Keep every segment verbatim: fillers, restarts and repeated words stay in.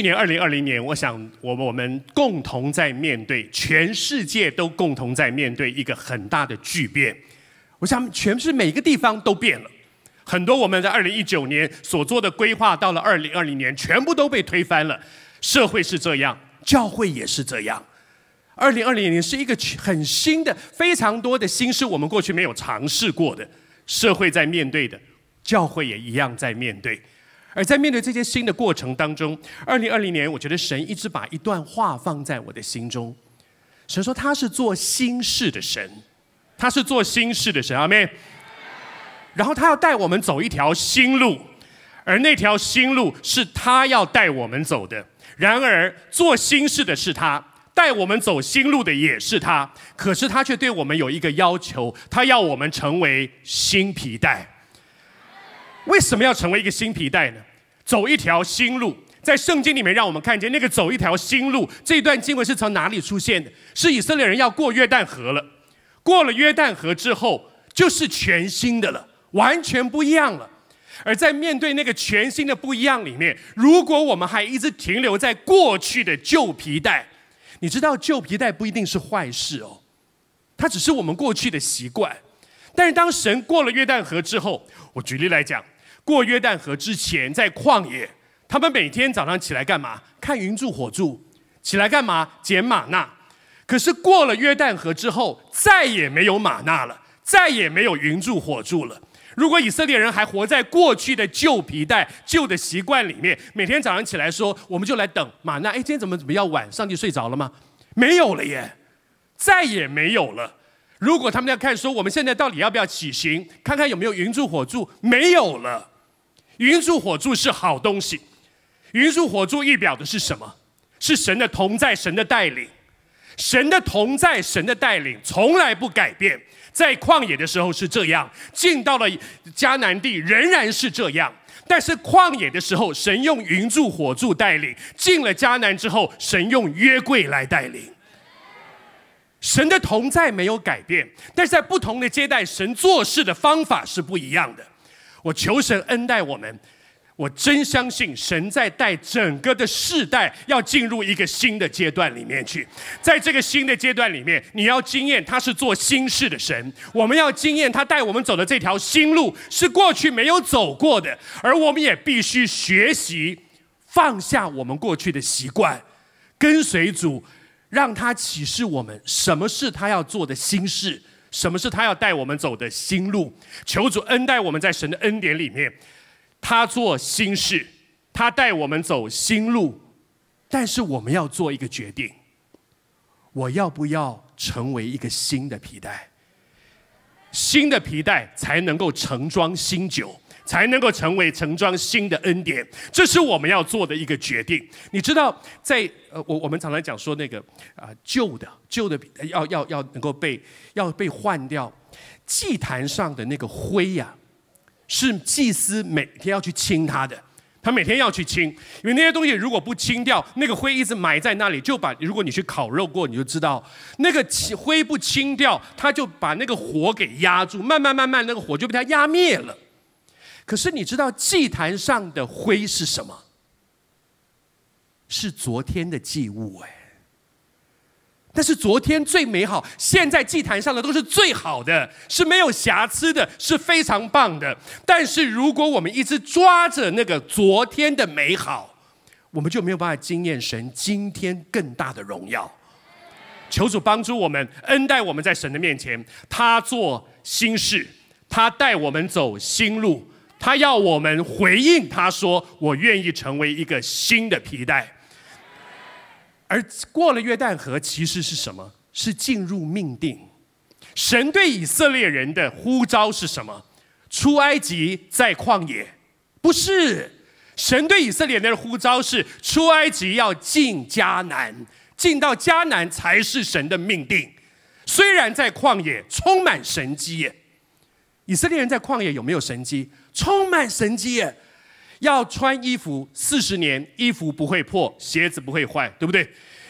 去年二零二零年，我想我们我们共同在面对，全世界都共同在面对一个很大的巨变。我想全是每个地方都变了，很多我们在二零一九年所做的规划，到了二零二零年全部都被推翻了。社会是这样，教会也是这样。二零二零年是一个很新的、非常多的新事，我们过去没有尝试过的。社会在面对的，教会也一样在面对。而在面对这些新的过程当中，二零二零年，我觉得神一直把一段话放在我的心中。神说他是做新事的神，他是做新事的神，阿们。然后他要带我们走一条新路，而那条新路是他要带我们走的。然而做新事的是他，带我们走新路的也是他，可是他却对我们有一个要求，他要我们成为新皮带。为什么要成为一个新皮带呢？走一条新路，在圣经里面让我们看见那个走一条新路，这段经文是从哪里出现的？是以色列人要过约旦河了，过了约旦河之后就是全新的了，完全不一样了。而在面对那个全新的不一样里面，如果我们还一直停留在过去的旧皮带，你知道旧皮带不一定是坏事哦，它只是我们过去的习惯。但是当神过了约旦河之后，我举例来讲，过约旦河之前在旷野，他们每天早上起来干嘛？看云柱火柱。起来干嘛？捡玛纳。可是过了约旦河之后，再也没有玛纳了，再也没有云柱火柱了。如果以色列人还活在过去的旧皮带、旧的习惯里面，每天早上起来说，我们就来等玛纳。哎，今天怎么怎么要晚？上帝睡着了吗？没有了耶，再也没有了。如果他们要看说，我们现在到底要不要起行，看看有没有云柱火柱，没有了。云柱火柱是好东西，云柱火柱预表的是什么？是神的同在，神的带领。神的同在，神的带领从来不改变。在旷野的时候是这样，进到了迦南地仍然是这样。但是旷野的时候，神用云柱火柱带领；进了迦南之后，神用约柜来带领。神的同在没有改变，但是在不同的阶段，神做事的方法是不一样的。我求神恩待我们，我真相信神在带整个的世代要进入一个新的阶段里面去。在这个新的阶段里面，你要经验他是做新事的神，我们要经验他带我们走的这条新路是过去没有走过的，而我们也必须学习放下我们过去的习惯，跟随主，让他启示我们什么是他要做的新事，什么是他要带我们走的新路。求主恩待我们，在神的恩典里面，他做新事，他带我们走新路，但是我们要做一个决定，我要不要成为一个新的皮带？新的皮带才能够盛装新酒，才能够成为盛装新的恩典，这是我们要做的一个决定。你知道，在呃，我我们常常讲说那个啊、呃、旧的旧的要要要能够被要被换掉，祭坛上的那个灰呀、啊。是祭司每天要去清它的，他每天要去清，因为那些东西如果不清掉，那个灰一直埋在那里，就把如果你去烤肉过，你就知道那个灰不清掉，它就把那个火给压住，慢慢慢慢那个火就被它压灭了。可是你知道祭坛上的灰是什么？是昨天的祭物哎。但是昨天最美好，现在祭坛上的都是最好的，是没有瑕疵的，是非常棒的。但是如果我们一直抓着那个昨天的美好，我们就没有办法经验神今天更大的荣耀。求主帮助我们，恩待我们在神的面前，他做新事，他带我们走新路，他要我们回应他说，我愿意成为一个新的皮带。而过了约旦河其实是什么？是进入命定。神对以色列人的呼召是什么？出埃及在旷野？不是，神对以色列人的呼召是出埃及要进迦南，进到迦南才是神的命定。虽然在旷野充满神迹耶，以色列人在旷野有没有神迹？充满神迹耶。要穿衣服四十年，衣服不会破，鞋子不会坏，对不对？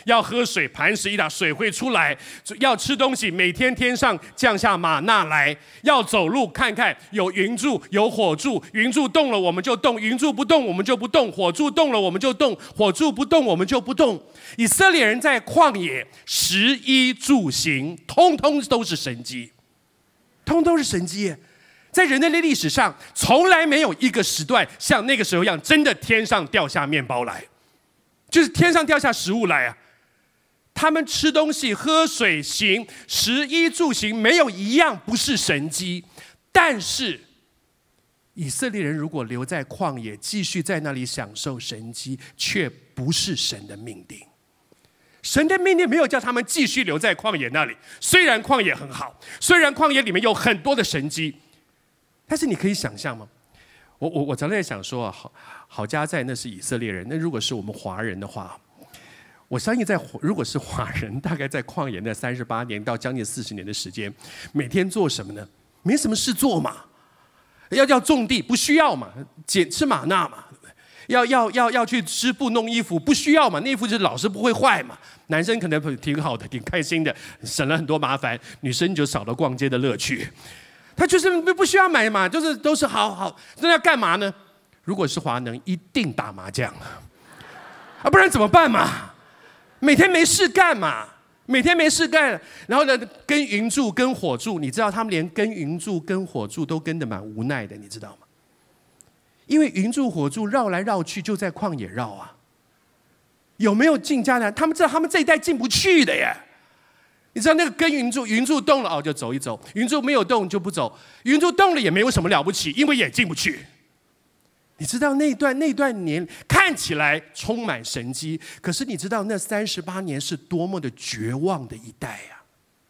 要喝水，磐石一打，水会出来；要吃东西，每天天上降下玛纳来；要走路，看看有云柱，有火柱，云柱动了我们就动，云柱不动我们就不动；火柱动了我们就动，火柱不动我们就不动。以色列人在旷野，食衣住行，通通都是神迹，通通是神迹。在人类的历史上，从来没有一个时段像那个时候一样，真的天上掉下面包来，就是天上掉下食物来啊！他们吃东西、喝水、行食衣住行，没有一样不是神迹。但是，以色列人如果留在旷野，继续在那里享受神迹，却不是神的命定。神的命令没有叫他们继续留在旷野那里。虽然旷野很好，虽然旷野里面有很多的神迹，但是你可以想象吗？我我我常常在想说啊，好好家在那是以色列人，那如果是我们华人的话，我相信在如果是华人，大概在旷野那三十八年到将近四十年的时间，每天做什么呢？没什么事做嘛，要要种地不需要嘛，捡吃玛纳嘛，要要要要去织布弄衣服不需要嘛，那衣服就是老是不会坏嘛。男生可能挺好的，挺开心的，省了很多麻烦；女生就少了逛街的乐趣。他就是不需要买嘛，就是都是好好，那要干嘛呢？如果是华能，一定打麻将啊，不然怎么办嘛？每天没事干嘛，每天没事干，然后呢，跟云柱、跟火柱，你知道他们连跟云柱、跟火柱都跟得蛮无奈的，你知道吗？因为云柱、火柱绕来绕去，就在旷野绕啊。有没有进迦南？他们知道他们这一代进不去的耶。你知道那个跟云柱，云柱动了哦就走一走，云柱没有动就不走，云柱动了也没有什么了不起，因为也进不去。你知道那段那段年看起来充满神迹，可是你知道那三十八年是多么的绝望的一代啊！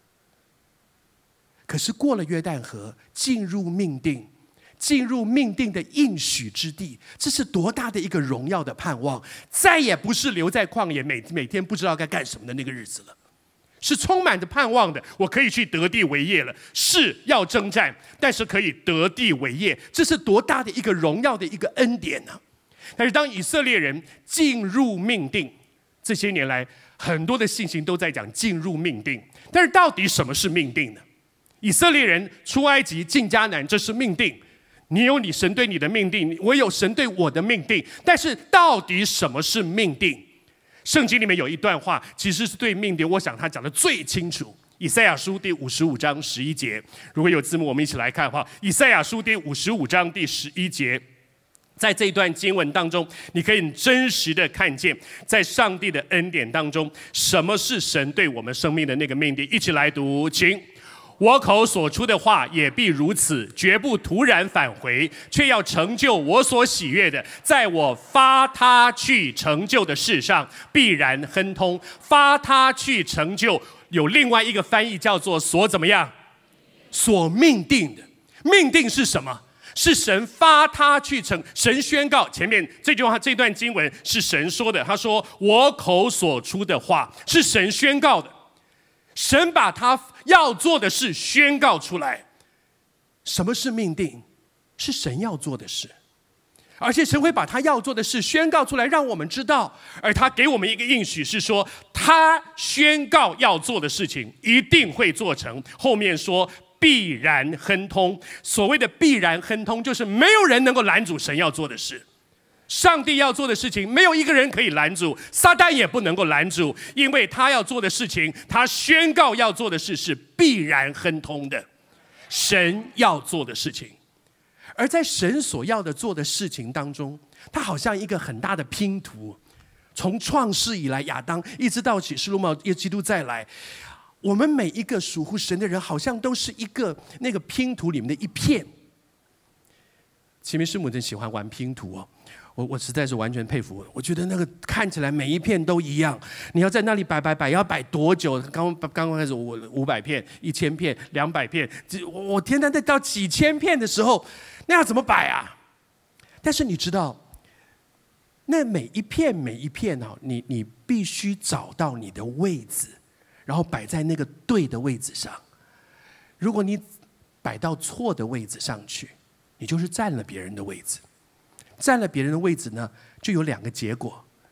可是过了约旦河，进入命定，进入命定的应许之地，这是多大的一个荣耀的盼望！再也不是留在旷野，每每天不知道该干什么的那个日子了。是充满着盼望的，我可以去得地为业了。是要征战，但是可以得地为业，这是多大的一个荣耀的一个恩典呢、啊？但是当以色列人进入命定，这些年来很多的信息都在讲进入命定，但是到底什么是命定呢？以色列人出埃及进迦南，这是命定。你有你神对你的命定，我有神对我的命定，但是到底什么是命定？圣经里面有一段话，其实是对命定，我想他讲的最清楚。以赛亚书第五十五章十一节，如果有字幕，我们一起来看的话，以赛亚书第五十五章第十一节，在这一段经文当中，你可以真实的看见，在上帝的恩典当中，什么是神对我们生命的那个命定。一起来读，请。我口所出的话也必如此，绝不突然返回，却要成就我所喜悦的，在我发他去成就的事上必然亨通。发他去成就，有另外一个翻译叫做所怎么样？所命定的。命定是什么？是神发他去成，神宣告。前面这句话这段经文是神说的，他说我口所出的话是神宣告的，神把他要做的事宣告出来。什么是命定？是神要做的事，而且神会把他要做的事宣告出来，让我们知道。而他给我们一个应许是说，他宣告要做的事情一定会做成。后面说必然亨通。所谓的必然亨通，就是没有人能够拦阻神要做的事。上帝要做的事情，没有一个人可以拦阻，撒旦也不能够拦阻，因为他要做的事情，他宣告要做的事是必然亨通的。神要做的事情，而在神所要的做的事情当中，它好像一个很大的拼图，从创世以来，亚当一直到启示录嘛，耶基督再来，我们每一个属乎神的人，好像都是一个那个拼图里面的一片。启明师母真喜欢玩拼图哦。我我实在是完全佩服，我觉得那个看起来每一片都一样，你要在那里摆摆摆，要摆多久？刚刚刚开始我五百片、一千片、两百片，我天哪，在到几千片的时候，那要怎么摆啊？但是你知道，那每一片每一片哈，你你必须找到你的位置，然后摆在那个对的位置上。如果你摆到错的位置上去，你就是占了别人的位置。占了别人的位置呢，就有两个结果。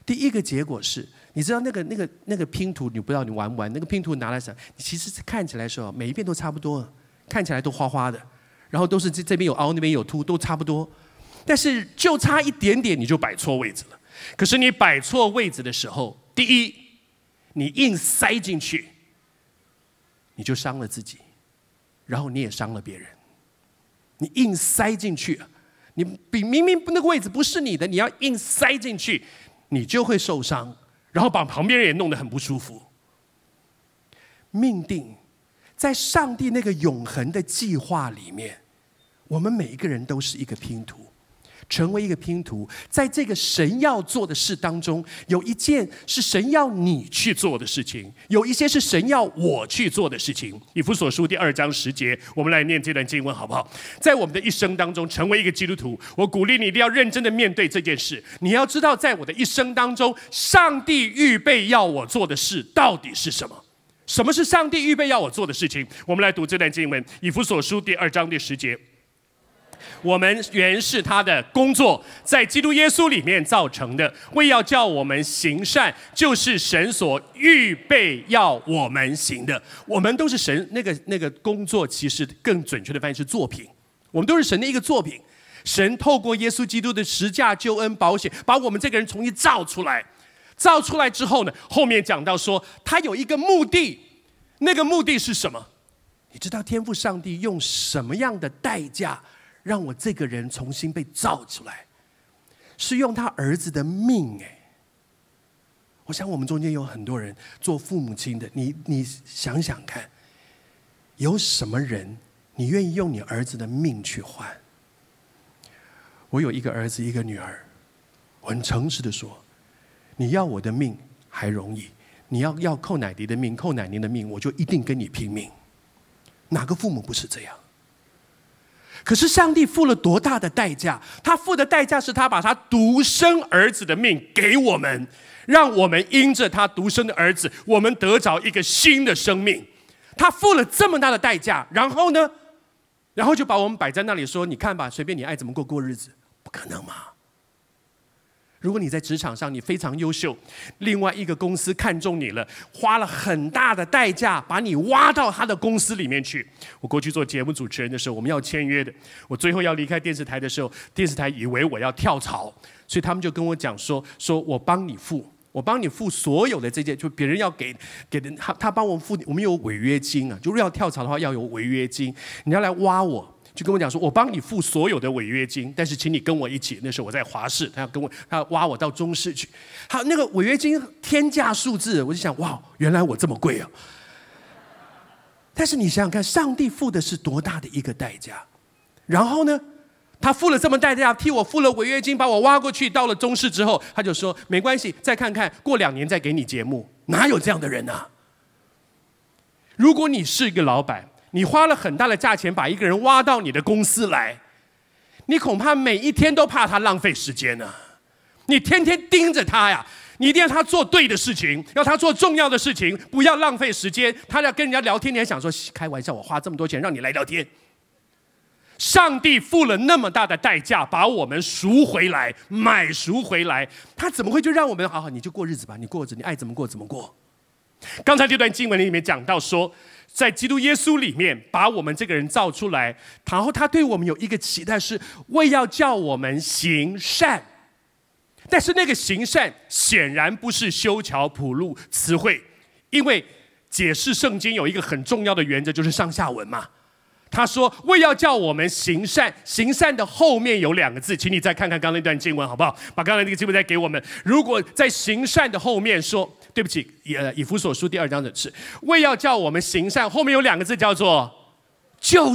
第一个结果是，你知道那个那个那个拼图，你不知道你玩不玩？那个拼图拿来想，你其实看起来的时候，每一遍都差不多，看起来都花花的，然后都是这这边有凹，那边有凸，都差不多。但是就差一点点，你就摆错位置了。可是你摆错位置的时候，第一，你硬塞进去，你就伤了自己，然后你也伤了别人。你硬塞进去，你比明明那个位置不是你的，你要硬塞进去，你就会受伤，然后把旁边人也弄得很不舒服。命定在上帝那个永恒的计划里面，我们每一个人都是一个拼图。成为一个拼图，在这个神要做的事当中，有一件是神要你去做的事情，有一些是神要我去做的事情。以弗所书第二章十节，我们来念这段经文好不好？在我们的一生当中，成为一个基督徒，我鼓励你一定要认真的面对这件事。你要知道，在我的一生当中，上帝预备要我做的事到底是什么？什么是上帝预备要我做的事情？我们来读这段经文，以弗所书第二章第十节。我们原是他的工作，在基督耶稣里面造成的，为要叫我们行善，就是神所预备要我们行的。我们都是神那个那个工作，其实更准确的翻译是作品。我们都是神的一个作品。神透过耶稣基督的十架救恩保险，把我们这个人重新造出来。造出来之后呢，后面讲到说，他有一个目的，那个目的是什么？你知道天父上帝用什么样的代价？让我这个人重新被造出来，是用他儿子的命哎。我想我们中间有很多人做父母亲的，你你想想看，有什么人你愿意用你儿子的命去换？我有一个儿子，一个女儿，我很诚实的说，你要我的命还容易，你要要寇乃迪的命、寇乃宁的命，我就一定跟你拼命。哪个父母不是这样？可是上帝付了多大的代价？他付的代价是他把他独生儿子的命给我们，让我们因着他独生的儿子，我们得着一个新的生命。他付了这么大的代价，然后呢？然后就把我们摆在那里说：“你看吧，随便你爱怎么过过日子。”不可能嘛！如果你在职场上你非常优秀，另外一个公司看中你了，花了很大的代价把你挖到他的公司里面去。我过去做节目主持人的时候，我们要签约的，我最后要离开电视台的时候，电视台以为我要跳槽，所以他们就跟我讲说：“说我帮你付，我帮你付所有的这些，就别人要给给的，他他帮我们付，我们有违约金啊，就是要跳槽的话要有违约金，你要来挖我。”就跟我讲说，我帮你付所有的违约金，但是请你跟我一起。那时候我在华视，他要跟我，他要挖我到中视去。他那个违约金天价数字，我就想，哇，原来我这么贵啊！但是你想想看，上帝付的是多大的一个代价？然后呢，他付了这么代价，替我付了违约金，把我挖过去，到了中视之后，他就说没关系，再看看，过两年再给你节目。哪有这样的人啊？如果你是一个老板，你花了很大的价钱把一个人挖到你的公司来，你恐怕每一天都怕他浪费时间呢、啊。你天天盯着他呀，你一定要他做对的事情，要他做重要的事情，不要浪费时间。他要跟人家聊天，你还想说开玩笑，我花这么多钱让你来聊天。上帝付了那么大的代价把我们赎回来，买赎回来，他怎么会就让我们好好你就过日子吧，你过着你爱怎么过怎么过。刚才这段经文里面讲到说，在基督耶稣里面把我们这个人造出来，然后他对我们有一个期待，是为要叫我们行善。但是那个行善显然不是修桥铺路词汇，因为解释圣经有一个很重要的原则，就是上下文嘛。他说为要叫我们行善，行善的后面有两个字，请你再看看刚才那段经文好不好？把刚才那个经文再给我们。如果在行善的后面说，对不起，以弗所书第二章的是为要叫我们行善，后面有两个字叫做就是，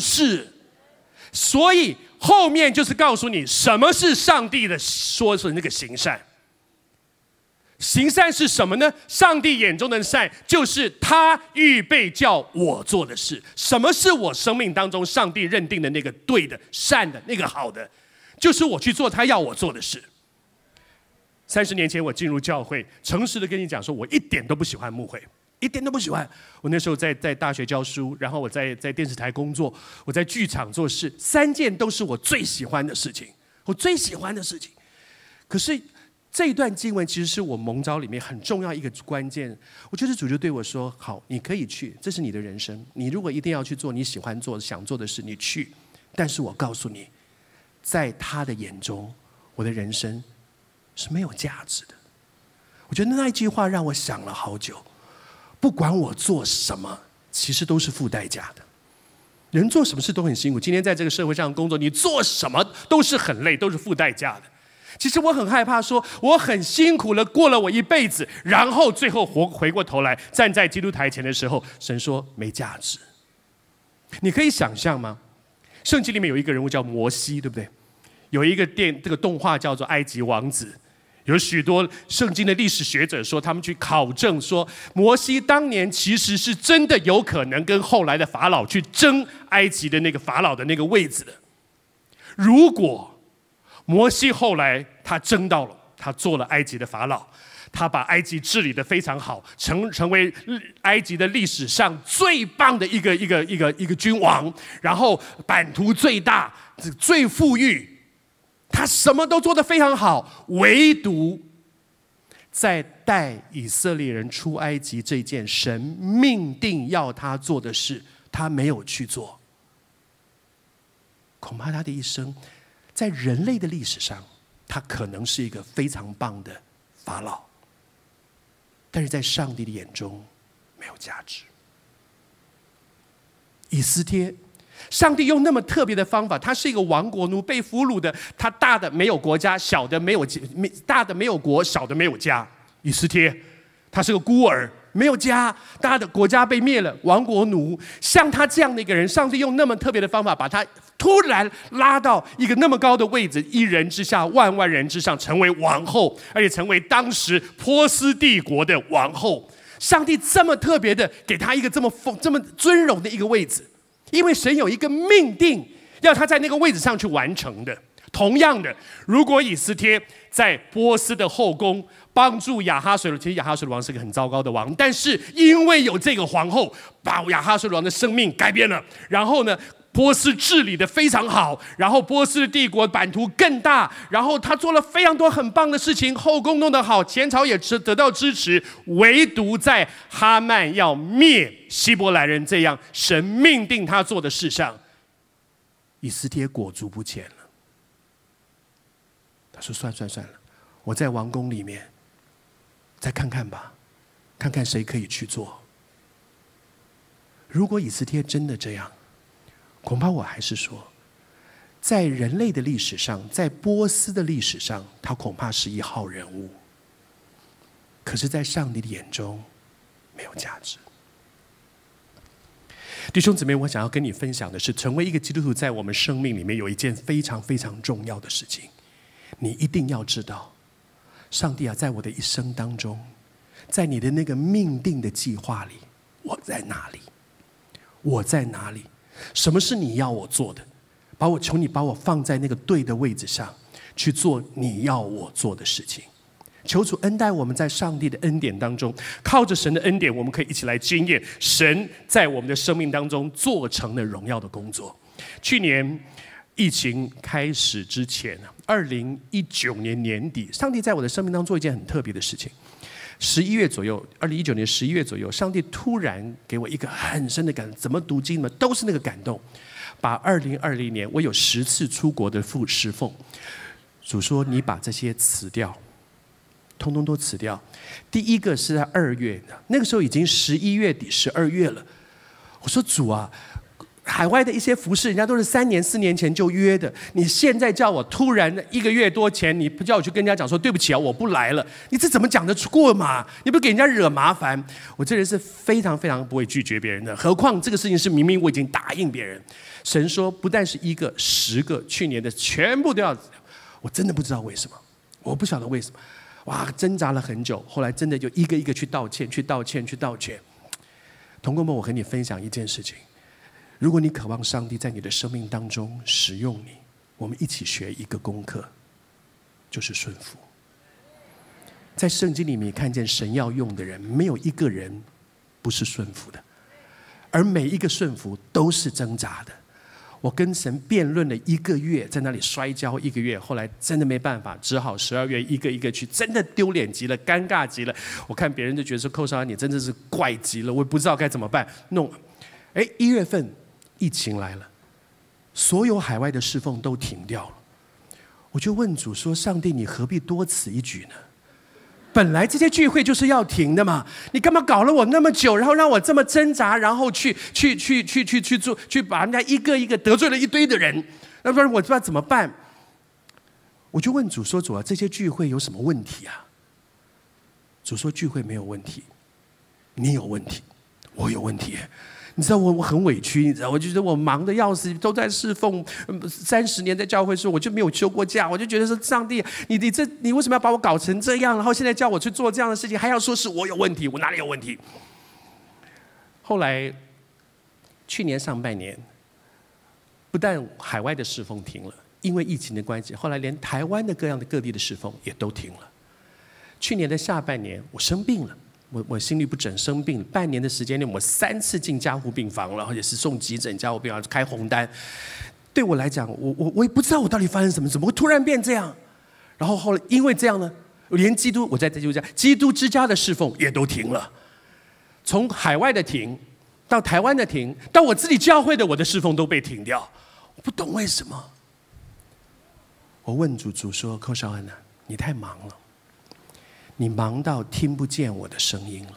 所以后面就是告诉你什么是上帝的说是那个行善。行善是什么呢？上帝眼中的善，就是他预备叫我做的事。什么是我生命当中上帝认定的那个对的、善的、那个好的？就是我去做他要我做的事。三十年前我进入教会，诚实的跟你讲说，我一点都不喜欢牧会，一点都不喜欢。我那时候在在大学教书，然后我在在电视台工作，我在剧场做事，三件都是我最喜欢的事情，我最喜欢的事情。可是这一段经文其实是我蒙召里面很重要一个关键。我觉得主就对我说：“好，你可以去，这是你的人生。你如果一定要去做你喜欢做、想做的事，你去。但是我告诉你，在他的眼中，我的人生是没有价值的。”我觉得那一句话让我想了好久。不管我做什么，其实都是付代价的。人做什么事都很辛苦。今天在这个社会上工作，你做什么都是很累，都是付代价的。其实我很害怕说，我很辛苦了，过了我一辈子，然后最后活回过头来，站在基督台前的时候，神说没价值。你可以想象吗？圣经里面有一个人物叫摩西，对不对？有一个电这个动画叫做《埃及王子》。有许多圣经的历史学者说，他们去考证说，摩西当年其实是真的有可能跟后来的法老去争埃及的那个法老的那个位置的。如果摩西后来他争到了，他做了埃及的法老，他把埃及治理得非常好，成成为埃及的历史上最棒的一个一个一个一个君王，然后版图最大、最富裕，他什么都做得非常好，唯独在带以色列人出埃及这件神命定要他做的事，他没有去做。恐怕他的一生，在人类的历史上，他可能是一个非常棒的法老，但是在上帝的眼中没有价值。以斯帖，上帝用那么特别的方法，他是一个亡国奴，被俘虏的，他大的没有国家，小的没有大的没有国，小的没有家。以斯帖，他是个孤儿，没有家，大的国家被灭了，亡国奴。像他这样的一个人，上帝用那么特别的方法，把他突然拉到一个那么高的位置，一人之下，万万人之上，成为王后，而且成为当时波斯帝国的王后。上帝这么特别的给他一个这么这么尊荣的一个位置，因为神有一个命定，要他在那个位置上去完成的。同样的，如果以斯帖在波斯的后宫帮助亚哈水罗，其实亚哈水罗王是个很糟糕的王，但是因为有这个皇后，把亚哈水罗王的生命改变了，然后呢，波斯治理的非常好，然后波斯的帝国版图更大，然后他做了非常多很棒的事情，后宫弄得好，前朝也得到支持，唯独在哈曼要灭希伯来人这样神命定他做的事上，以斯帖裹足不前了。他说算算算了，我在王宫里面再看看吧，看看谁可以去做。如果以斯帖真的这样，恐怕我还是说，在人类的历史上，在波斯的历史上，他恐怕是一号人物。可是在上帝的眼中没有价值。弟兄姊妹，我想要跟你分享的是，成为一个基督徒在我们生命里面有一件非常非常重要的事情，你一定要知道，上帝啊，在我的一生当中，在你的那个命定的计划里，我在哪里？我在哪里？什么是你要我做的？把我求你把我放在那个对的位置上，去做你要我做的事情。求主恩待我们，在上帝的恩典当中，靠着神的恩典，我们可以一起来经验神在我们的生命当中做成了荣耀的工作。去年疫情开始之前，二零一九年年底，上帝在我的生命当中做一件很特别的事情。十一月左右，二零一九年十一月左右，上帝突然给我一个很深的感动，怎么读经呢？都是那个感动。把二零二零年我有十次出国的副侍奉，主说你把这些辞掉，通通都辞掉。第一个是在二月，那个时候已经十一月底、十二月了。我说主啊，海外的一些服事，人家都是三年、四年前就约的，你现在叫我突然一个月多前，你不叫我去跟人家讲说对不起啊，我不来了，你这怎么讲得过嘛？你不给人家惹麻烦？我这人是非常非常不会拒绝别人的，何况这个事情是明明我已经答应别人。神说不但是一个，十个，去年的全部都要，我真的不知道为什么，我不晓得为什么，哇，挣扎了很久，后来真的就一个一个去道歉，去道歉，去道歉。同工们，我和你分享一件事情。如果你渴望上帝在你的生命当中使用你，我们一起学一个功课，就是顺服。在圣经里面看见神要用的人，没有一个人不是顺服的，而每一个顺服都是挣扎的。 我跟神辩论了一个月，在那里摔跤一个月，后来真的没办法，只好十二月一个一个去，真的丢脸极了，尴尬极了。我看别人就觉得说寇少安你真的是怪极了，我也不知道该怎么办弄。哎，一月份疫情来了，所有海外的侍奉都停掉了。我就问主说：上帝，你何必多此一举呢？本来这些聚会就是要停的嘛，你干嘛搞了我那么久，然后让我这么挣扎，然后去去去去去去做，去把人家一个一个得罪了一堆的人，那不然我不知道怎么办。我就问主说：主啊，这些聚会有什么问题啊？主说：聚会没有问题，你有问题，我有问题。你知道我我很委屈，你知道，我就觉得我忙得要死，都在侍奉三十年，在教会时候我就没有休过假，我就觉得说上帝，你你这你为什么要把我搞成这样？然后现在叫我去做这样的事情，还要说是我有问题，我哪里有问题？后来去年上半年，不但海外的侍奉停了，因为疫情的关系，后来连台湾的各样的各地的侍奉也都停了。去年的下半年，我生病了。我我心律不整生病，半年的时间内，我三次进加护病房了，而且是送急诊加护病房开红单。对我来讲，我我我也不知道我到底发生什么，怎么会突然变这样？然后后来因为这样呢，连基督我在基督家基督之家的侍奉也都停了，从海外的停到台湾的停，到我自己教会的我的侍奉都被停掉，我不懂为什么。我问主，主说：寇少安啊，你太忙了。你忙到听不见我的声音了，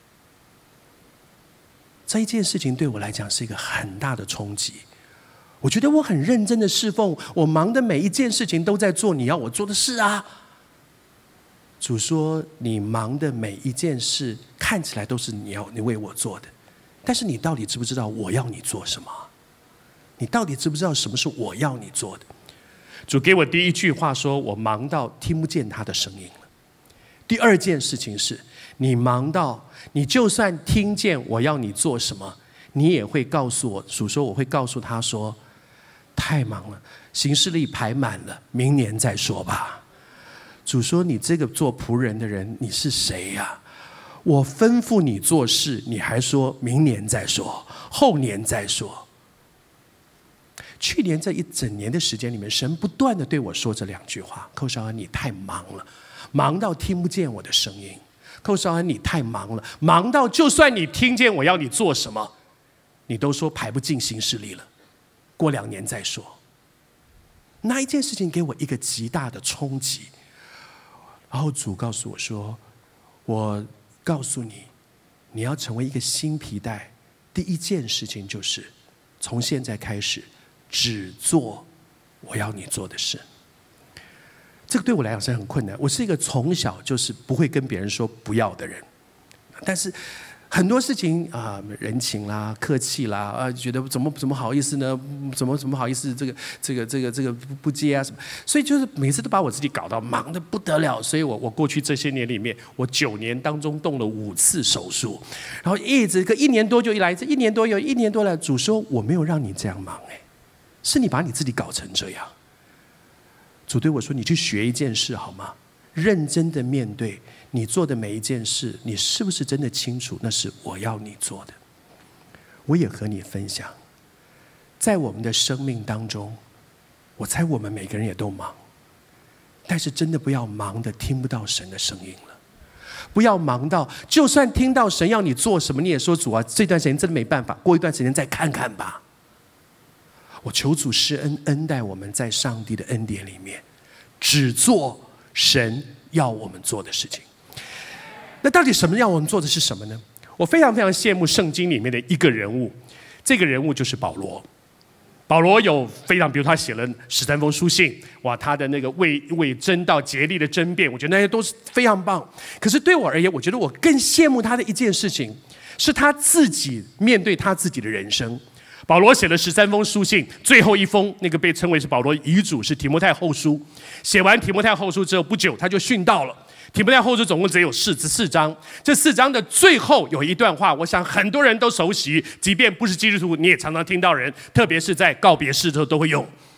这一件事情对我来讲是一个很大的冲击。我觉得我很认真的侍奉，我忙的每一件事情都在做你要我做的事啊。主说：你忙的每一件事看起来都是你要你为我做的，但是你到底知不知道我要你做什么？你到底知不知道什么是我要你做的？主给我第一句话说：我忙到听不见他的声音。第二件事情是，你忙到你就算听见我要你做什么，你也会告诉我。主说：我会告诉他说，太忙了，行事历排满了，明年再说吧。主说：你这个做仆人的人，你是谁呀、啊？我吩咐你做事，你还说明年再说，后年再说。去年这一整年的时间里面，神不断的对我说这两句话：寇少安，你太忙了，忙到听不见我的声音。寇少安，你太忙了，忙到就算你听见我要你做什么，你都说排不进行事历了，过两年再说。那一件事情给我一个极大的冲击。然后主告诉我说：我告诉你，你要成为一个新皮带，第一件事情就是从现在开始只做我要你做的事。这个对我来讲是很困难，我是一个从小就是不会跟别人说不要的人，但是很多事情啊、呃，人情啦、客气啦，啊、呃，觉得怎么怎么好意思呢？怎么怎么好意思？这个这个这个这个不接啊什么？所以就是每次都把我自己搞到忙得不得了。所以我我过去这些年里面，我九年当中动了五次手术，然后一直个一年多就一来一次，一年多有一年多了。主说我没有让你这样忙，哎，是你把你自己搞成这样。主对我说：你去学一件事好吗？认真的面对你做的每一件事，你是不是真的清楚那是我要你做的？我也和你分享，在我们的生命当中，我猜我们每个人也都忙，但是真的不要忙得听不到神的声音了。不要忙到就算听到神要你做什么，你也说主啊，这段时间真的没办法，过一段时间再看看吧。我求主施恩恩待我们，在上帝的恩典里面只做神要我们做的事情。那到底什么要我们做的是什么呢？我非常非常羡慕圣经里面的一个人物，这个人物就是保罗。保罗有非常，比如他写了十三封书信，哇，他的那个为为真道竭力的争辩，我觉得那些都是非常棒。可是对我而言，我觉得我更羡慕他的一件事情，是他自己面对他自己的人生。保罗写了十三封书信，最后一封那个被称为是保罗遗嘱，是提摩太后书。写完提摩太后书之后不久，他就殉道了。提摩太后书总共只有四四章，这四章的最后有一段话，我想很多人都熟悉，即便不是基督徒，你也常常听到人，特别是在告别式的时候都会用。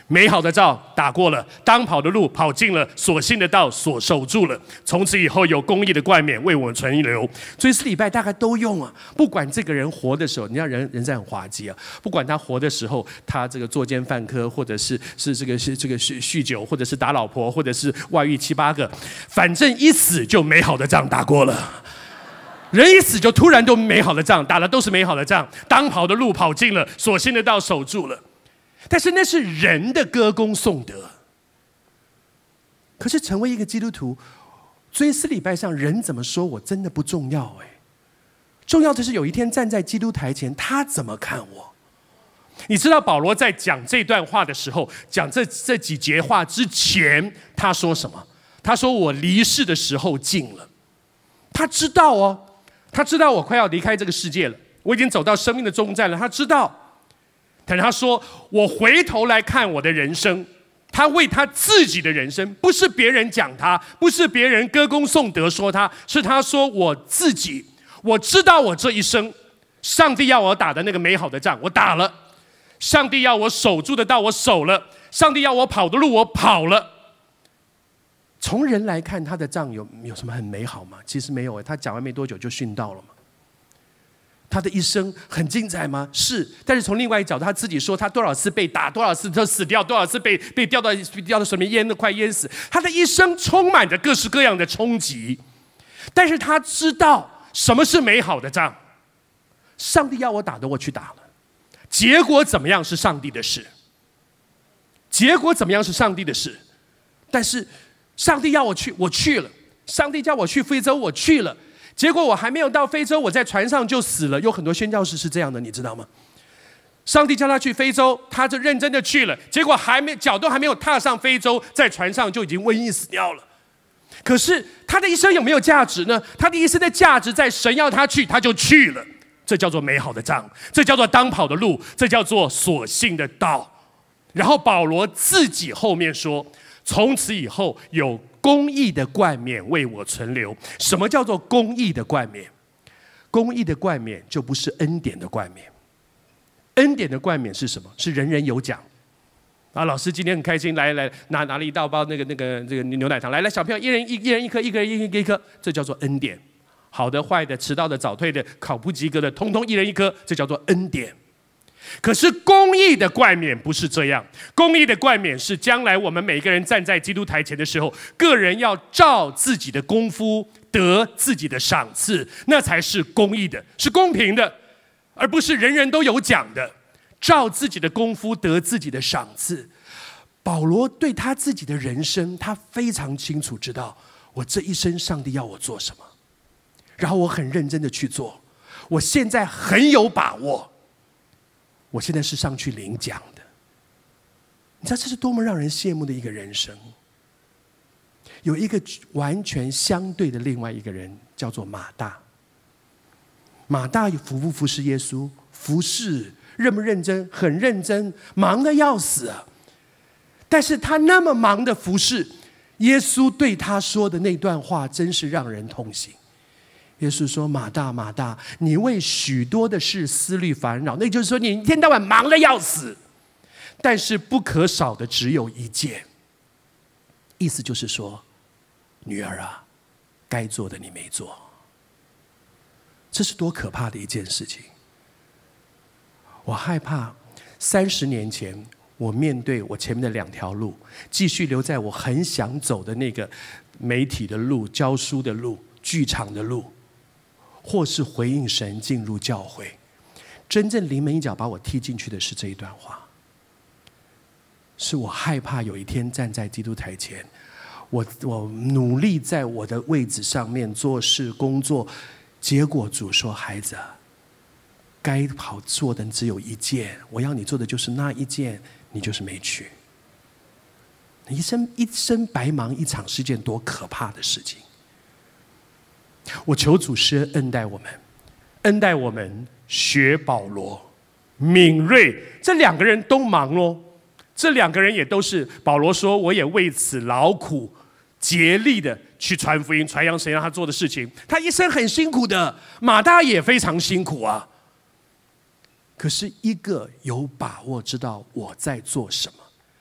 美好的仗打过了，当跑的路跑尽了，所信的道所守住了。从此以后，有公义的冠冕为我们存留。追思礼拜大概都用啊，不管这个人活的时候，你看人人在很滑稽啊，不管他活的时候，他这个作奸犯科，或者是是这个是这个酗酗酒，或者是打老婆，或者是外遇七八个，反正一死就美好的仗打过了。人一死就突然都美好的仗打的都是美好的仗，当跑的路跑尽了，所信的道守住了。但是那是人的歌功颂德。可是成为一个基督徒，追思礼拜上人怎么说我真的不重要哎，重要的是有一天站在基督台前，他怎么看我？你知道保罗在讲这段话的时候，讲这这几节话之前，他说什么？他说我离世的时候近了。他知道哦，他知道我快要离开这个世界了，我已经走到生命的终站了。他知道。但是他说我回头来看我的人生，他为他自己的人生，不是别人讲他，不是别人歌功颂德说他，是他说我自己，我知道我这一生上帝要我打的那个美好的仗我打了，上帝要我守住的道我守了，上帝要我跑的路我跑了。从人来看他的仗有有什么很美好吗？其实没有，他讲完没多久就殉道了嘛。他的一生很精彩吗？是，但是从另外一角度，他自己说他多少次被打，多少次他死掉，多少次被被掉到掉到水面淹得快淹死。他的一生充满着各式各样的冲击，但是他知道什么是美好的仗。上帝要我打的，我去打了，结果怎么样是上帝的事，结果怎么样是上帝的事。但是上帝要我去，我去了；上帝叫我去非洲，我去了。结果我还没有到非洲，我在船上就死了。有很多宣教士是这样的，你知道吗？上帝叫他去非洲，他就认真的去了，结果还没脚都还没有踏上非洲，在船上就已经瘟疫死掉了。可是他的一生有没有价值呢？他的一生的价值在神要他去，他就去了。这叫做美好的仗，这叫做当跑的路，这叫做所信的道。然后保罗自己后面说，从此以后有公义的冠冕为我存留。什么叫做公义的冠冕？公义的冠冕就不是恩典的冠冕。恩典的冠冕是什么？是人人有奖。啊，老师今天很开心，来来拿拿了一大包那个那个这个牛奶糖，来来小朋友一人一一人一颗，一个人一人一颗，这叫做恩典。好的、坏的、迟到的、早退的、考不及格的，通通一人一颗，这叫做恩典。可是公义的冠冕不是这样，公义的冠冕是将来我们每个人站在基督台前的时候，个人要照自己的功夫得自己的赏赐，那才是公义的，是公平的，而不是人人都有奖的。照自己的功夫得自己的赏赐。保罗对他自己的人生，他非常清楚知道，我这一生上帝要我做什么，然后我很认真的去做，我现在很有把握，我现在是上去领奖的。你知道这是多么让人羡慕的一个人生。有一个完全相对的另外一个人叫做马大。马大服不服侍耶稣？服侍。认不认真？很认真，忙得要死啊！但是他那么忙的服侍，耶稣对他说的那段话真是让人痛心。耶稣说：“马大，马大，你为许多的事思虑烦恼。”那就是说，你一天到晚忙得要死，但是不可少的只有一件。意思就是说，女儿啊，该做的你没做。这是多可怕的一件事情！我害怕三十年前我面对我前面的两条路，继续留在我很想走的那个媒体的路、教书的路、剧场的路，或是回应神进入教会。真正临门一脚把我踢进去的是这一段话，是我害怕有一天站在基督台前，我我努力在我的位置上面做事工作，结果主说：“孩子啊，该好做的只有一件，我要你做的就是那一件，你就是没去。”一生一生白忙一场是件多可怕的事情。我求主施恩待我们，恩待我们学保罗、敏锐，这两个人都忙哦。这两个人也都是保罗说，我也为此劳苦竭力的去传福音、传扬神让他做的事情。他一生很辛苦的，马大也非常辛苦啊。可是一个有把握知道我在做什么，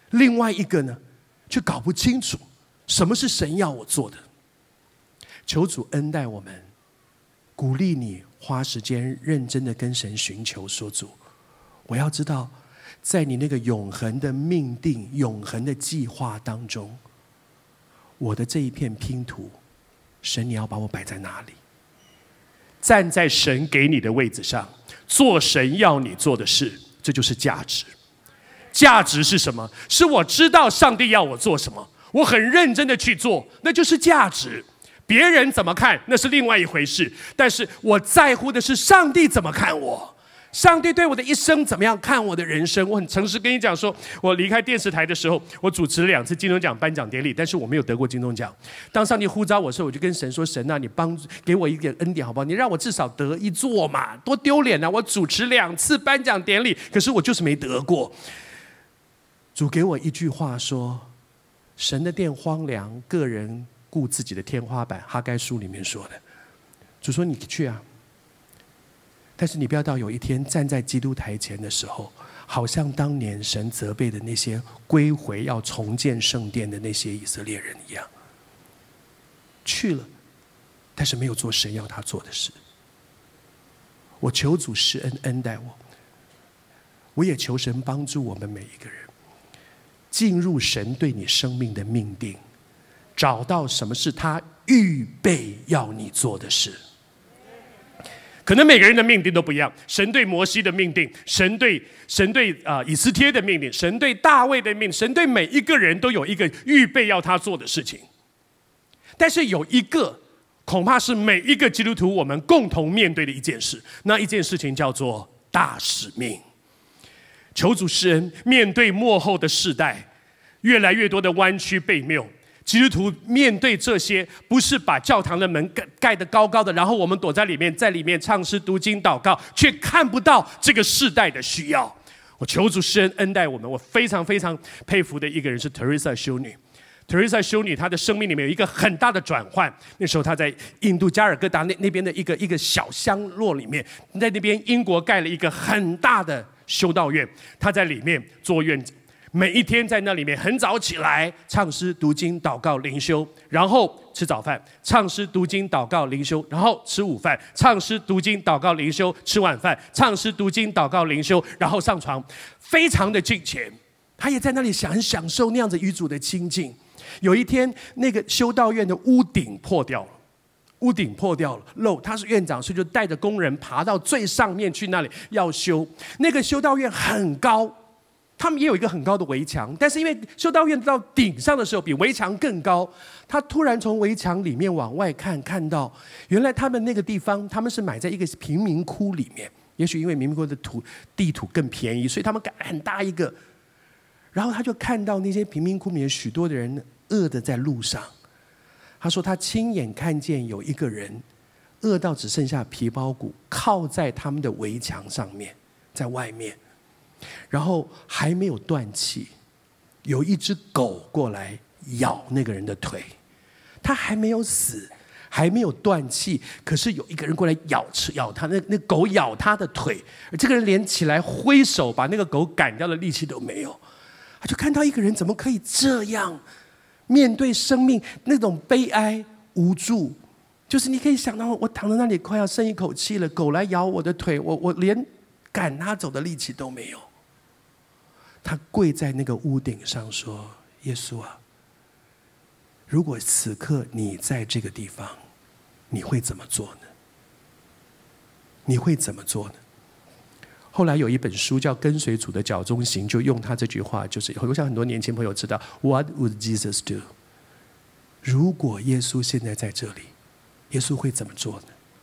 另外一个呢，却搞不清楚什么是神要我做的。求主恩待我们，鼓励你花时间认真的跟神寻求，说主，我要知道在你那个永恒的命定、永恒的计划当中，我的这一片拼图，神你要把我摆在哪里？站在神给你的位置上，做神要你做的事，这就是价值。价值是什么？是我知道上帝要我做什么，我很认真的去做，那就是价值。别人怎么看那是另外一回事，但是我在乎的是上帝怎么看我，上帝对我的一生怎么样看我的人生。我很诚实跟你讲说，我离开电视台的时候，我主持了两次金钟奖颁奖典礼，但是我没有得过金钟奖。当上帝呼召我的时候，我就跟神说，神啊，你帮给我一点恩典好不好？你让我至少得一座嘛，多丢脸啊！我主持两次颁奖典礼，可是我就是没得过。主给我一句话说，神的殿荒凉，个人顾自己的天花板，哈该书里面说的。主说你去啊，但是你不要到有一天站在基督台前的时候，好像当年神责备的那些归回要重建圣殿的那些以色列人一样，去了，但是没有做神要他做的事。我求主施恩恩待我，我也求神帮助我们每一个人进入神对你生命的命定，找到什么是他预备要你做的事。可能每个人的命定都不一样，神对摩西的命定，神对神对啊、呃、以斯帖的命定，神对大卫的命定，神对每一个人都有一个预备要他做的事情。但是有一个恐怕是每一个基督徒我们共同面对的一件事，那一件事情叫做大使命。求主施恩，面对末后的世代，越来越多的弯曲悖谬，基督徒面对这些，不是把教堂的门盖盖得高高的，然后我们躲在里面，在里面唱诗读经祷告，却看不到这个世代的需要。我求主施恩恩待我们。我非常非常佩服的一个人是 Teresa 修女。Teresa 修女她的生命里面有一个很大的转换。那时候她在印度加尔各答那那边的一个一个小乡落里面，在那边英国盖了一个很大的修道院，她在里面做院长。每一天在那里面很早起来唱诗读经祷告灵修，然后吃早饭，唱诗读经祷告灵修，然后吃午饭，唱诗读经祷告灵修，吃晚饭，唱诗读经祷告灵修，然后上床，非常的敬虔。他也在那里想很享受那样子与主的亲近。有一天那个修道院的屋顶破掉了，屋顶破掉了漏，他是院长，所以就带着工人爬到最上面去，那里要修。那个修道院很高，他们也有一个很高的围墙，但是因为修道院到顶上的时候比围墙更高，他突然从围墙里面往外看，看到原来他们那个地方他们是埋在一个贫民窟里面，也许因为贫民窟的土地土更便宜，所以他们盖很大一个。然后他就看到那些贫民窟里面许多的人饿得在路上，他说他亲眼看见有一个人饿到只剩下皮包骨，靠在他们的围墙上面，在外面，然后还没有断气，有一只狗过来咬那个人的腿，他还没有死，还没有断气，可是有一个人过来咬吃咬他，那那狗咬他的腿，而这个人连起来挥手把那个狗赶掉的力气都没有。他就看到一个人怎么可以这样面对生命那种悲哀无助，就是你可以想到我躺在那里快要剩一口气了，狗来咬我的腿，我我连赶他走的力气都没有。他跪在那个屋顶上说，耶稣啊，如果此刻你在这个地方，你会怎么做呢？你会怎么做呢？后来有一本书叫《跟随主的脚中行》，就用他这句话，就是我想很多年轻朋友知道 What would Jesus do？ 如果耶稣现在在这里，耶稣会怎么做呢？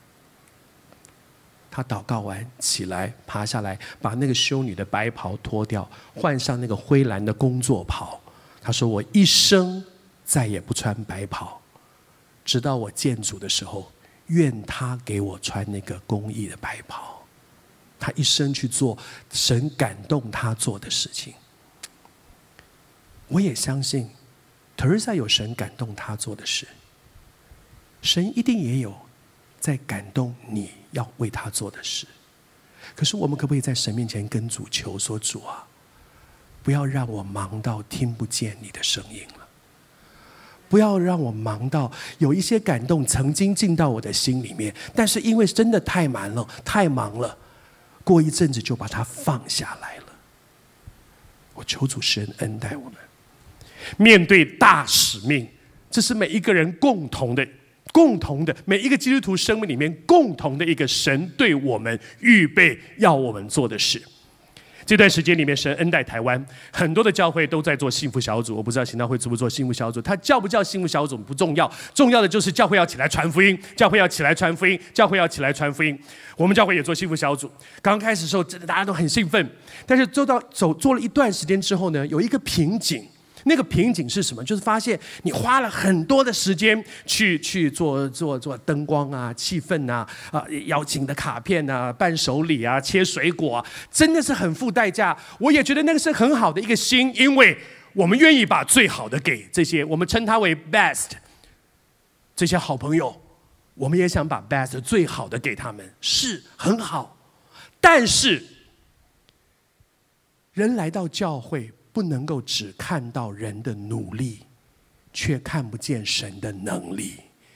他祷告完起来，爬下来，把那个修女的白袍脱掉，换上那个灰蓝的工作袍。他说，我一生再也不穿白袍，直到我见主的时候，愿他给我穿那个公义的白袍。他一生去做神感动他做的事情。我也相信 Teresa 有神感动他做的事，神一定也有在感动你要为他做的事。可是我们可不可以在神面前跟主求说，主啊， 不要让我忙到听不见你的声音了，不要让我忙到有一些感动曾经进到我的心里面，但是因为真的太忙了，太忙了，过一阵子就把它放下来了。我求主施恩恩待我们，面对大使命，这是每一个人共同的、共同的每一个基督徒生命里面共同的一个神对我们预备要我们做的事。这段时间里面，神恩待台湾，很多的教会都在做幸福小组。我不知道行道会做不做幸福小组，它叫不叫幸福小组不重要，重要的就是教会要起来传福音，教会要起来传福音，教会要起来传福音。我们教会也做幸福小组，刚开始的时候，真的大家都很兴奋，但是做到走做了一段时间之后呢，有一个瓶颈。那个瓶颈是什么？就是发现你花了很多的时间去去做做做灯光啊、气氛啊、啊邀请的卡片啊、伴手礼啊、切水果啊，真的是很付代价。我也觉得那个是很好的一个心，因为我们愿意把最好的给这些，我们称它为 best， 这些好朋友，我们也想把 best 最好的给他们，是很好。但是人来到教会，不能够只看到人的努力，却看不见神的能力。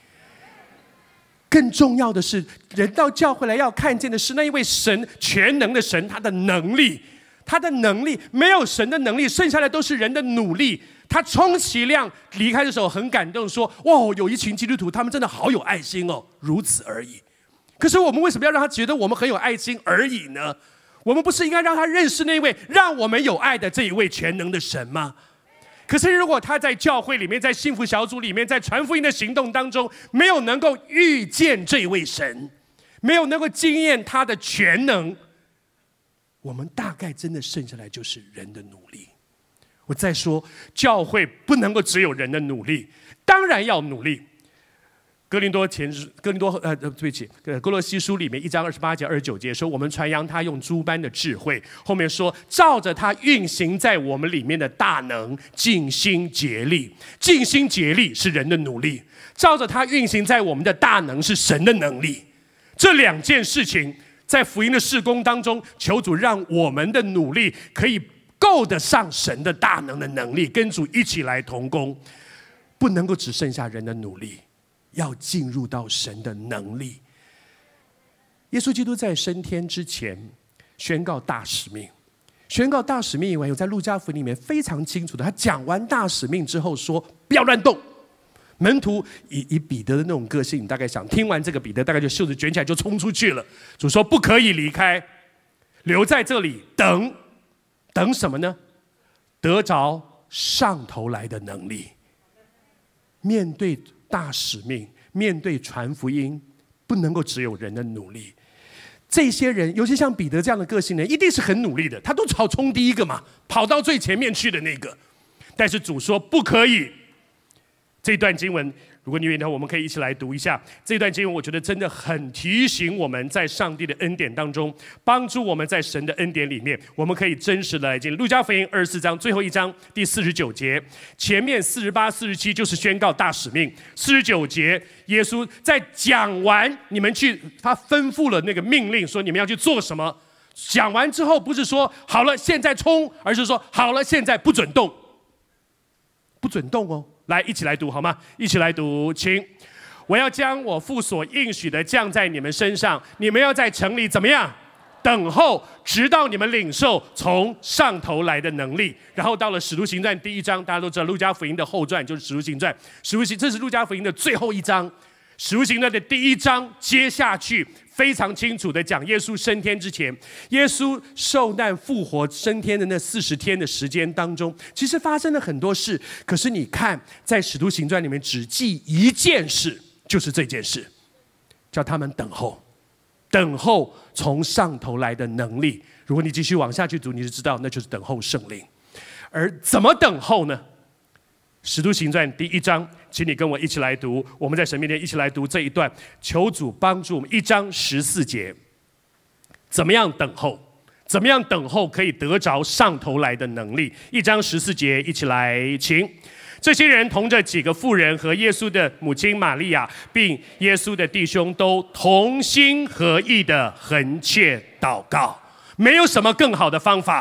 更重要的是，人到教会来要看见的是那一位神全能的神，他的能力，他的能力没有神的能力，剩下的都是人的努力。他充其量离开的时候很感动，说：“哇，有一群基督徒，他们真的好有爱心哦，如此而已。”可是我们为什么要让他觉得我们很有爱心而已呢？我们不是应该让他认识那位让我们有爱的这一位全能的神吗？可是如果他在教会里面，在幸福小组里面，在传福音的行动当中，没有能够遇见这位神，没有能够经验他的全能，我们大概真的剩下来就是人的努力。我再说，教会不能够只有人的努力，当然要努力。哥林多前哥林多呃对不起，哥罗西书里面一章二十八节二十九节说，我们传扬他用诸般的智慧，后面说照着他运行在我们里面的大能，尽心竭力。尽心竭力是人的努力，照着他运行在我们的大能是神的能力。这两件事情在福音的事工当中，求主让我们的努力可以够得上神的大能的能力，跟主一起来同工，不能够只剩下人的努力，要进入到神的能力。耶稣基督在升天之前宣告大使命，宣告大使命以外，有在路加福音里面非常清楚的，他讲完大使命之后说不要乱动。门徒以以彼得的那种个性，你大概想听完这个，彼得大概就袖子卷起来就冲出去了。主说不可以离开，留在这里等，等什么呢？得着上头来的能力。面对大使命，面对传福音，不能够只有人的努力。这些人，尤其像彼得这样的个性呢，一定是很努力的，他都跑冲第一个嘛，跑到最前面去的那个。但是主说不可以。这段经文，如果你愿意的话，我们可以一起来读一下。这段经文，我觉得真的很提醒我们在上帝的恩典当中，帮助我们在神的恩典里面，我们可以真实的来进。路加福音二十四章最后一章第四十九节，前面四十八、四十七就是宣告大使命。四十九节，耶稣在讲完你们去，他吩咐了那个命令，说你们要去做什么。讲完之后，不是说好了现在冲，而是说好了现在不准动，不准动哦。来，一起来读好吗？一起来读，请。我要将我父所应许的降在你们身上，你们要在城里怎么样？等候，直到你们领受从上头来的能力。然后到了使徒行传第一章，大家都知道路加福音的后传就是使徒行传，使徒行这是路加福音的最后一章。使徒行传的第一章接下去非常清楚的讲耶稣升天之前，耶稣受难复活升天的那四十天的时间当中，其实发生了很多事。可是你看，在使徒行传里面只记一件事，就是这件事，叫他们等候，等候从上头来的能力。如果你继续往下去读，你就知道那就是等候圣灵。而怎么等候呢？使徒行传第一章，请你跟我一起来读，我们在神面前一起来读这一段，求主帮助我们。一章十四节，怎么样等候？怎么样等候可以得着上头来的能力？一章十四节，一起来，请。这些人同着几个妇人和耶稣的母亲玛利亚，并耶稣的弟兄，都同心合意的横切祷告。没有什么更好的方法，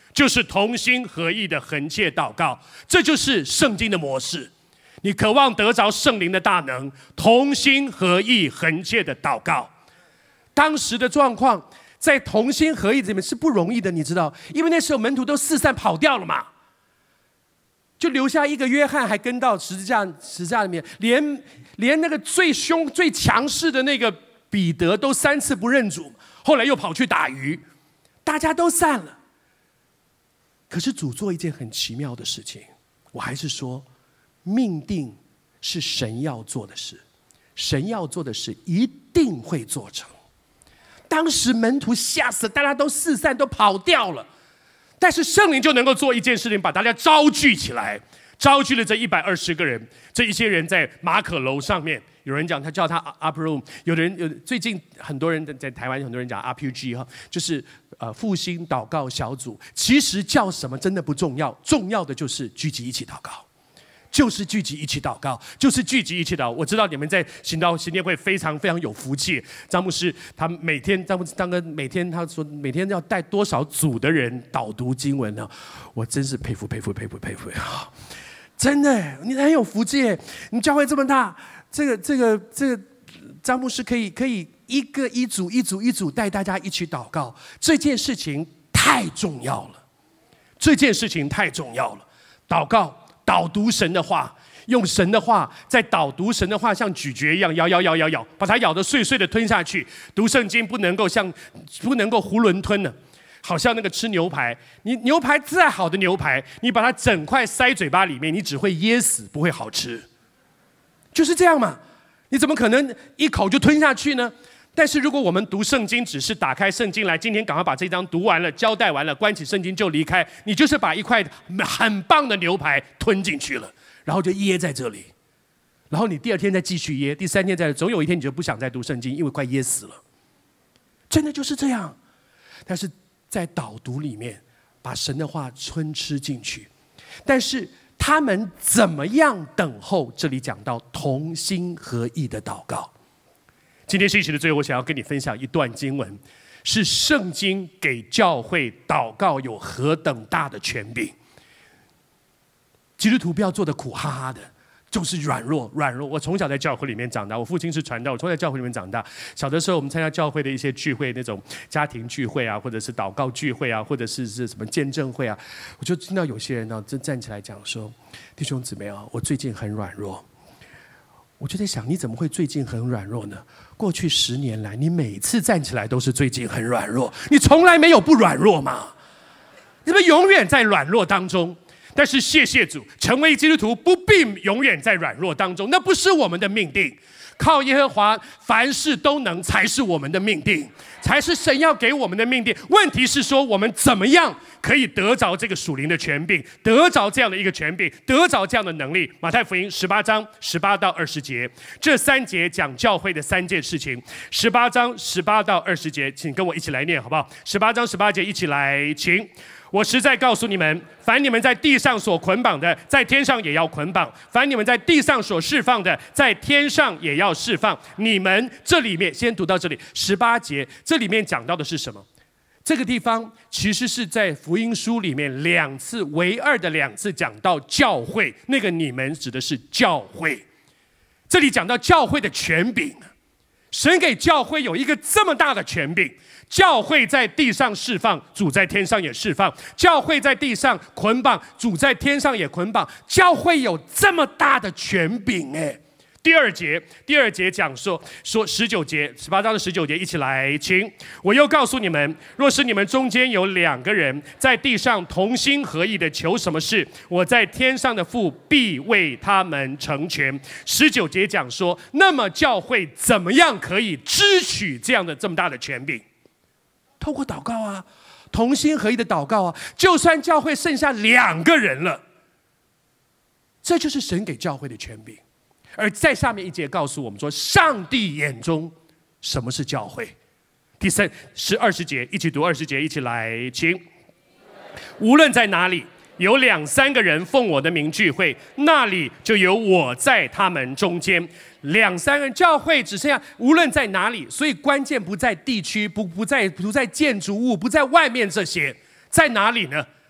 就是同心合意的恳切祷告，这就是圣经的模式。你渴望得着圣灵的大能，同心合意恳切的祷告。当时的状况，在同心合意里面是不容易的，你知道，因为那时候门徒都四散跑掉了嘛，就留下一个约翰还跟到十字架十字架里面，连连那个最凶最强势的那个彼得都三次不认主，后来又跑去打鱼，大家都散了。可是主做一件很奇妙的事情，我还是说，命定是神要做的事，神要做的事一定会做成。当时门徒吓死，大家都四散，都跑掉了。但是圣灵就能够做一件事情，把大家招聚起来，招聚了这一百二十个人。这一些人在马可楼上面，有人讲他叫他 upper room， 有的人有最近很多人在台湾，很多人讲 R P G 哈，就是呃复兴祷告小组。其实叫什么真的不重要，重要的就是聚集一起祷告。就是聚集一起祷告，就是聚集一起祷告。我知道你们在行道行殿会非常非常有福气。张牧师他每天张张哥每天他说每天要带多少组的人导读经文呢？我真是佩服佩服佩服佩服啊！真的，你很有福气。你教会这么大，这个这个这个张牧师可以可以一个一组一组一组带大家一起祷告，这件事情太重要了。这件事情太重要了，祷告。导读神的话，用神的话在导读神的话，像咀嚼一样咬咬咬咬咬，把它咬得碎碎的吞下去。读圣经不能够像不能够囫囵吞的，好像那个吃牛排，你牛排再好的牛排，你把它整块塞嘴巴里面，你只会噎死，不会好吃。就是这样嘛，你怎么可能一口就吞下去呢？但是如果我们读圣经，只是打开圣经来，今天赶快把这章读完了，交代完了，关起圣经就离开，你就是把一块很棒的牛排吞进去了，然后就噎在这里，然后你第二天再继续噎，第三天再，总有一天你就不想再读圣经，因为快噎死了。真的就是这样。但是在导读里面，把神的话吞吃进去，但是他们怎么样等候？这里讲到同心合意的祷告。今天信息的最后，我想要跟你分享一段经文，是圣经给教会祷告有何等大的权柄。基督徒不要做的苦哈哈的，就是软弱软弱。我从小在教会里面长大，我父亲是传道，我从小在教会里面长大。小的时候，我们参加教会的一些聚会，那种家庭聚会啊，或者是祷告聚会啊，或者是是什么见证会啊，我就听到有些人呢，真站起来讲说：“弟兄姊妹啊，我最近很软弱。”我就在想，你怎么会最近很软弱呢？过去十年来，你每次站起来都是最近很软弱，你从来没有不软弱吗？你们永远在软弱当中。但是谢谢主，成为基督徒不必永远在软弱当中，那不是我们的命定。靠耶和华，凡事都能，才是我们的命定，才是神要给我们的命定。问题是说，我们怎么样可以得着这个属灵的权柄，得着这样的一个权柄，得着这样的能力？马太福音十八章十八到二十节，这三节讲教会的三件事情。十八章十八到二十节，请跟我一起来念好不好？十八章十八节，一起来，请。我实在告诉你们，凡你们在地上所捆绑的，在天上也要捆绑；凡你们在地上所释放的，在天上也要释放。你们这里面，先读到这里，十八节，这里面讲到的是什么？这个地方其实是在福音书里面两次，唯二的两次讲到教会，那个你们指的是教会。这里讲到教会的权柄，神给教会有一个这么大的权柄。教会在地上释放，主在天上也释放；教会在地上捆绑，主在天上也捆绑。教会有这么大的权柄哎！第二节，第二节讲说说十九节，十八章的十九节，一起来，请。我又告诉你们，若是你们中间有两个人在地上同心合意的求什么事，我在天上的父必为他们成全。十九节讲说，那么教会怎么样可以支取这样的这么大的权柄？透过祷告啊，同心合意的祷告啊，就算教会剩下两个人了，这就是神给教会的权柄。而在下面一节告诉我们说，上帝眼中什么是教会？第三十二十节，一起读二十节，一起来，请。无论在哪里，有两三个人奉我的名聚会，那里就有我在他们中间。两三个人，教会只剩下无论在哪里，所以关键不在地区，不不在不在建筑物，不在外面这些，在哪里呢？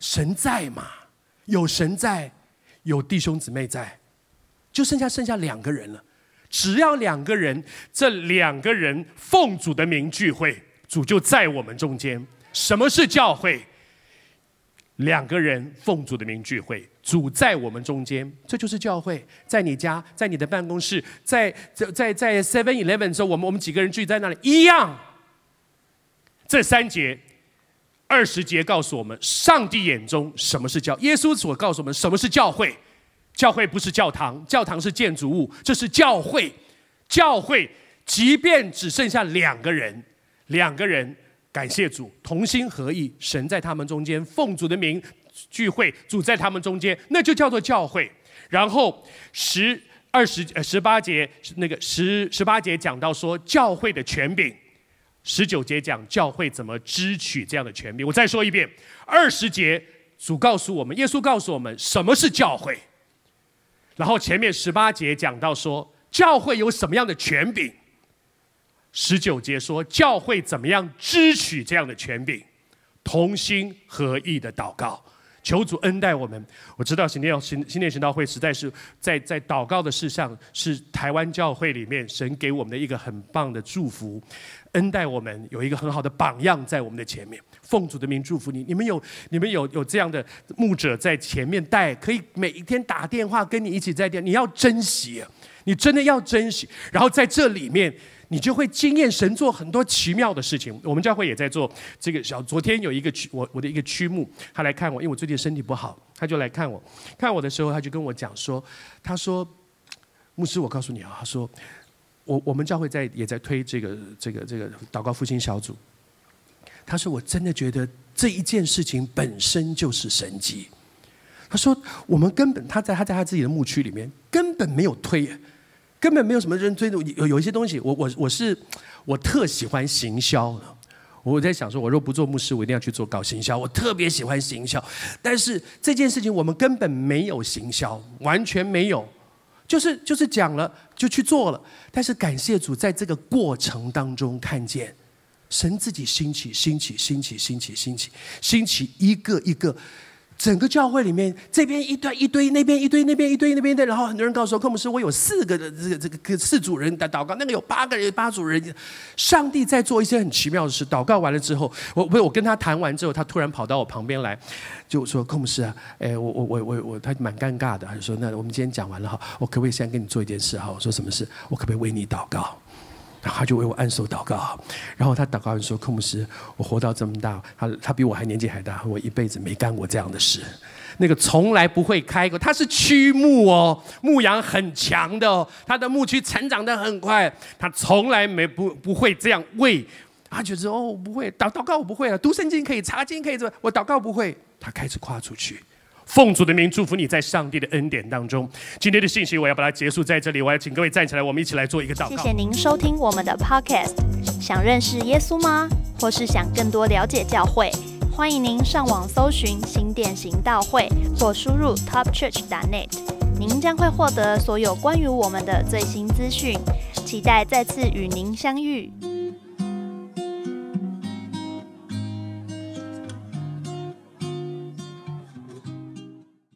神在嘛？有神在，有弟兄姊妹在，就剩下剩下两个人了。只要两个人，这两个人奉主的名聚会，主就在我们中间。什么是教会？两个人奉主的名聚会，主在我们中间，这就是教会。在你家，在你的办公室，在在在 seven eleven 的时候，我们我们几个人聚在那里一样。这三节、二十节告诉我们，上帝眼中什么是教？耶稣所告诉我们什么是教会？教会不是教堂，教堂是建筑物，这是教会。教会即便只剩下两个人，两个人。感谢主，同心合意，神在他们中间，奉主的名聚会，主在他们中间，那就叫做教会。然后十二十呃十八节那个十十八节讲到说教会的权柄，十九节讲教会怎么支取这样的权柄。我再说一遍，二十节主告诉我们，耶稣告诉我们什么是教会，然后前面十八节讲到说教会有什么样的权柄。十九节说教会怎么样支取这样的权柄，同心合意的祷告，求主恩待我们。我知道新年新新年神道会实在是在在祷告的事上，是台湾教会里面神给我们的一个很棒的祝福，恩待我们有一个很好的榜样在我们的前面。奉主的名祝福你，你们有你们有有这样的牧者在前面带，可以每一天打电话跟你一起在电，你要珍惜啊，你真的要珍惜。然后在这里面。你就会经验神做很多奇妙的事情。我们教会也在做这个小。昨天有一个区，我我的一个区牧，他来看我，因为我最近身体不好，他就来看我。看我的时候，他就跟我讲说，他说，牧师，我告诉你啊，他说，我我们教会在也在推这个这个这个祷告复兴小组。他说，我真的觉得这一件事情本身就是神迹。他说，我们根本他在他在他自己的牧区里面根本没有推。根本没有什么人追有有一些东西，我我我是我特喜欢行销的。我在想说，我若不做牧师，我一定要去做搞行销。我特别喜欢行销，但是这件事情我们根本没有行销，完全没有，就是就是讲了就去做了。但是感谢主，在这个过程当中看见神自己兴起、兴起、兴起、兴起、兴起、兴起一个一个。整个教会里面，这边一堆一堆，那边一堆，那边一堆，那边的，然后很多人告诉我，科牧师，我有四个的这个这个四组人的祷告，那个有八个人，八组人。上帝在做一些很奇妙的事。祷告完了之后，我我我跟他谈完之后，他突然跑到我旁边来，就说：“科牧师啊，哎，我我我我我，他蛮尴尬的，他就说：那我们今天讲完了哈，我可不可以现在跟你做一件事哈？我说什么事？我可不可以为你祷告？”然后他就为我按手祷告，然后他祷告完说：“科牧师，我活到这么大，他他比我还年纪还大，我一辈子没干过这样的事。那个从来不会开过，他是区牧哦，牧羊很强的哦，他的牧区成长得很快，他从来没不不会这样为。他觉得哦，我不会祷祷告，我不会了，读圣经可以，查经可以，我祷告不会。他开始跨出去。”奉主的名祝福你在上帝的恩典当中。今天的信息我要把它结束在这里，我要请各位站起来，我们一起来做一个祷告。 谢谢您收听我们的 podcast。想认识耶稣吗？或是想更多了解教会？欢迎您上网搜寻新店行道会，或输入 top church dot net， 您将会获得所有关于我们的最新资讯。期待再次与您相遇。